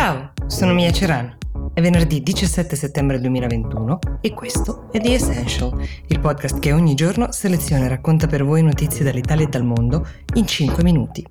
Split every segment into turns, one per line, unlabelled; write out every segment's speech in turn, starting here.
Ciao, sono Mia Ceran. È venerdì 17 settembre 2021 e questo è The Essential, il podcast che ogni giorno seleziona e racconta per voi notizie dall'Italia e dal mondo in 5 minuti.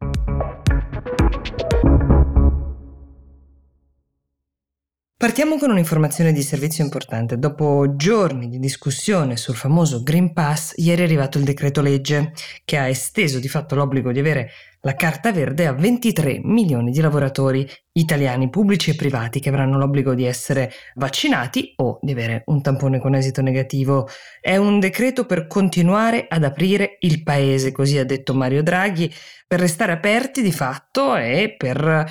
Partiamo con un'informazione di servizio importante. Dopo giorni di discussione sul famoso Green Pass, ieri è arrivato il decreto legge che ha esteso di fatto l'obbligo di avere la carta verde a 23 milioni di lavoratori italiani pubblici e privati che avranno l'obbligo di essere vaccinati o di avere un tampone con esito negativo. È un decreto per continuare ad aprire il paese, così ha detto Mario Draghi, per restare aperti di fatto e per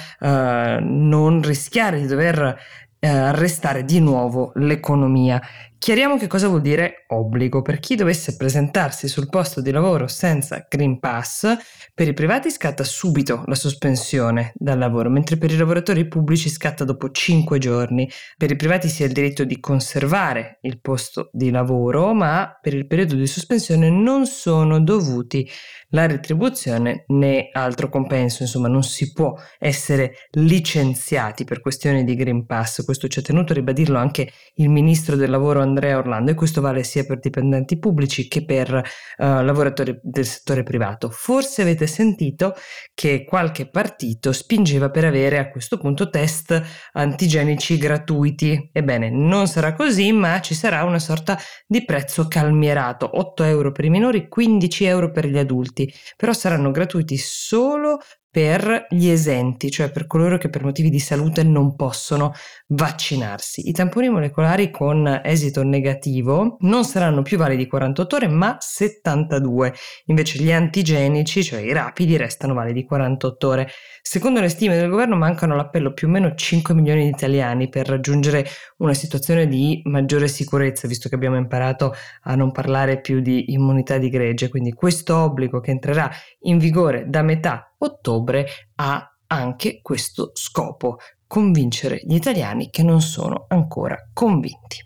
non rischiare di dover arrestare di nuovo l'economia. Chiariamo che cosa vuol dire obbligo. Per chi dovesse presentarsi sul posto di lavoro senza Green Pass, per i privati scatta subito la sospensione dal lavoro, mentre per i lavoratori pubblici scatta dopo 5 giorni. Per i privati si ha il diritto di conservare il posto di lavoro, ma per il periodo di sospensione non sono dovuti la retribuzione né altro compenso. Insomma, non si può essere licenziati per questioni di Green Pass. Questo ci ha tenuto a ribadirlo anche il ministro del lavoro Andrea Orlando, e questo vale sia per dipendenti pubblici che per lavoratori del settore privato. Forse avete sentito che qualche partito spingeva per avere a questo punto test antigenici gratuiti. Ebbene, non sarà così, ma ci sarà una sorta di prezzo calmierato, 8 euro per i minori, 15 euro per gli adulti, però saranno gratuiti solo per gli esenti, cioè per coloro che per motivi di salute non possono vaccinarsi. I tamponi molecolari con esito negativo non saranno più validi 48 ore ma 72, invece gli antigenici, cioè i rapidi, restano validi 48 ore. Secondo le stime del governo mancano all'appello più o meno 5 milioni di italiani per raggiungere una situazione di maggiore sicurezza, visto che abbiamo imparato a non parlare più di immunità di gregge, quindi questo obbligo che entrerà in vigore da metà ottobre ha anche questo scopo: convincere gli italiani che non sono ancora convinti.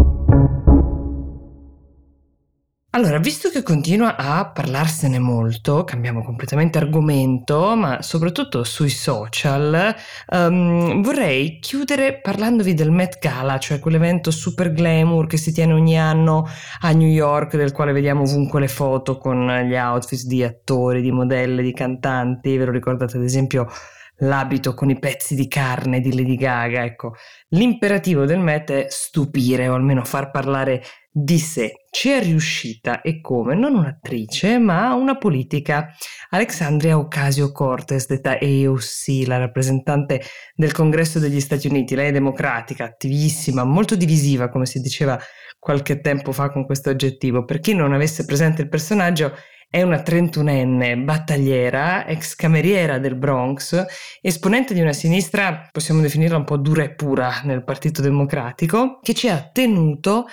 Allora, visto che continua a parlarsene molto, cambiamo completamente argomento, ma soprattutto sui social, vorrei chiudere parlandovi del Met Gala, cioè quell'evento super glamour che si tiene ogni anno a New York, del quale vediamo ovunque le foto con gli outfit di attori, di modelle, di cantanti. Ve lo ricordate ad esempio l'abito con i pezzi di carne di Lady Gaga? Ecco, l'imperativo del Met è stupire o almeno far parlare di sé. Ci è riuscita, e come? Non un'attrice, ma una politica, Alexandria Ocasio-Cortez, detta AOC, la rappresentante del Congresso degli Stati Uniti. Lei è democratica, attivissima, molto divisiva, come si diceva qualche tempo fa con questo aggettivo. Per chi non avesse presente il personaggio, è una 31enne battagliera, ex cameriera del Bronx, esponente di una sinistra, possiamo definirla un po' dura e pura nel Partito Democratico, che ci ha tenuto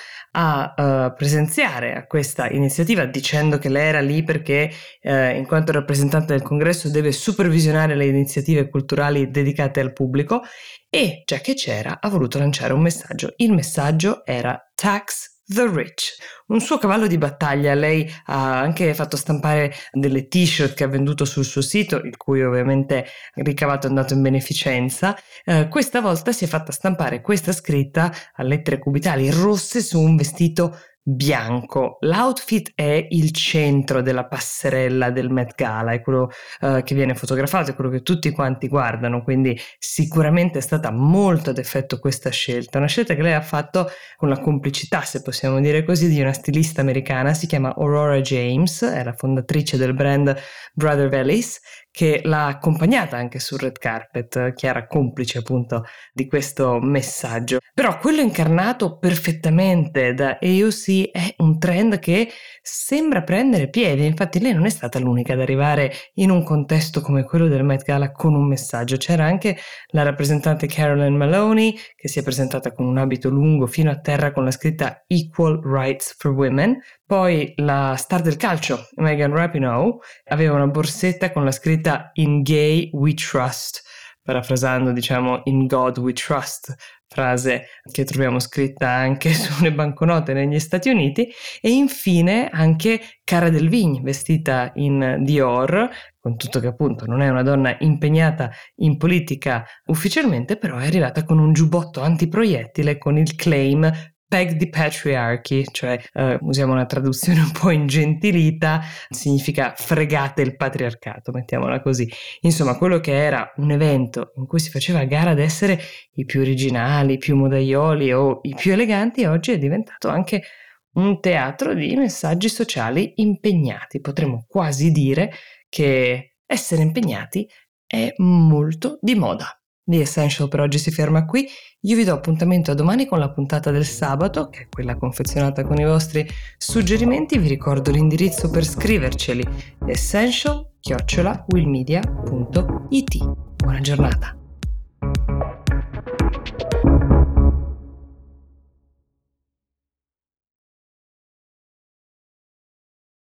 a presenziare a questa iniziativa, dicendo che lei era lì perché in quanto rappresentante del Congresso deve supervisionare le iniziative culturali dedicate al pubblico, e già che c'era ha voluto lanciare un messaggio. Il messaggio era Tax the Rich, un suo cavallo di battaglia. Lei ha anche fatto stampare delle t-shirt che ha venduto sul suo sito, il cui ovviamente ricavato è andato in beneficenza. Questa volta si è fatta stampare questa scritta a lettere cubitali rosse su un vestito bianco. L'outfit è il centro della passerella del Met Gala, è quello che viene fotografato, è quello che tutti quanti guardano, quindi sicuramente è stata molto ad effetto questa scelta, una scelta che lei ha fatto con la complicità, se possiamo dire così, di una stilista americana. Si chiama Aurora James, è la fondatrice del brand Brother Vellis, che l'ha accompagnata anche sul red carpet, chiara complice appunto di questo messaggio. Però quello incarnato perfettamente da AOC è un trend che sembra prendere piede. Infatti lei non è stata l'unica ad arrivare in un contesto come quello del Met Gala con un messaggio. C'era anche la rappresentante Caroline Maloney, che si è presentata con un abito lungo fino a terra con la scritta Equal Rights for Women. Poi la star del calcio Megan Rapinoe aveva una borsetta con la scritta In Gay We Trust, parafrasando, diciamo, In God We Trust, frase che troviamo scritta anche sulle banconote negli Stati Uniti. E infine anche Cara Delevingne, vestita in Dior, con tutto che appunto non è una donna impegnata in politica ufficialmente, però è arrivata con un giubbotto antiproiettile con il claim Peg the Patriarchy, cioè usiamo una traduzione un po' ingentilita, significa fregate il patriarcato, mettiamola così. Insomma, quello che era un evento in cui si faceva a gara ad essere i più originali, i più modaioli o i più eleganti, oggi è diventato anche un teatro di messaggi sociali impegnati. Potremmo quasi dire che essere impegnati è molto di moda. The Essential per oggi si ferma qui. Io vi do appuntamento a domani con la puntata del sabato, che è quella confezionata con i vostri suggerimenti. Vi ricordo l'indirizzo per scriverceli: essential@willmedia.it. Buona giornata.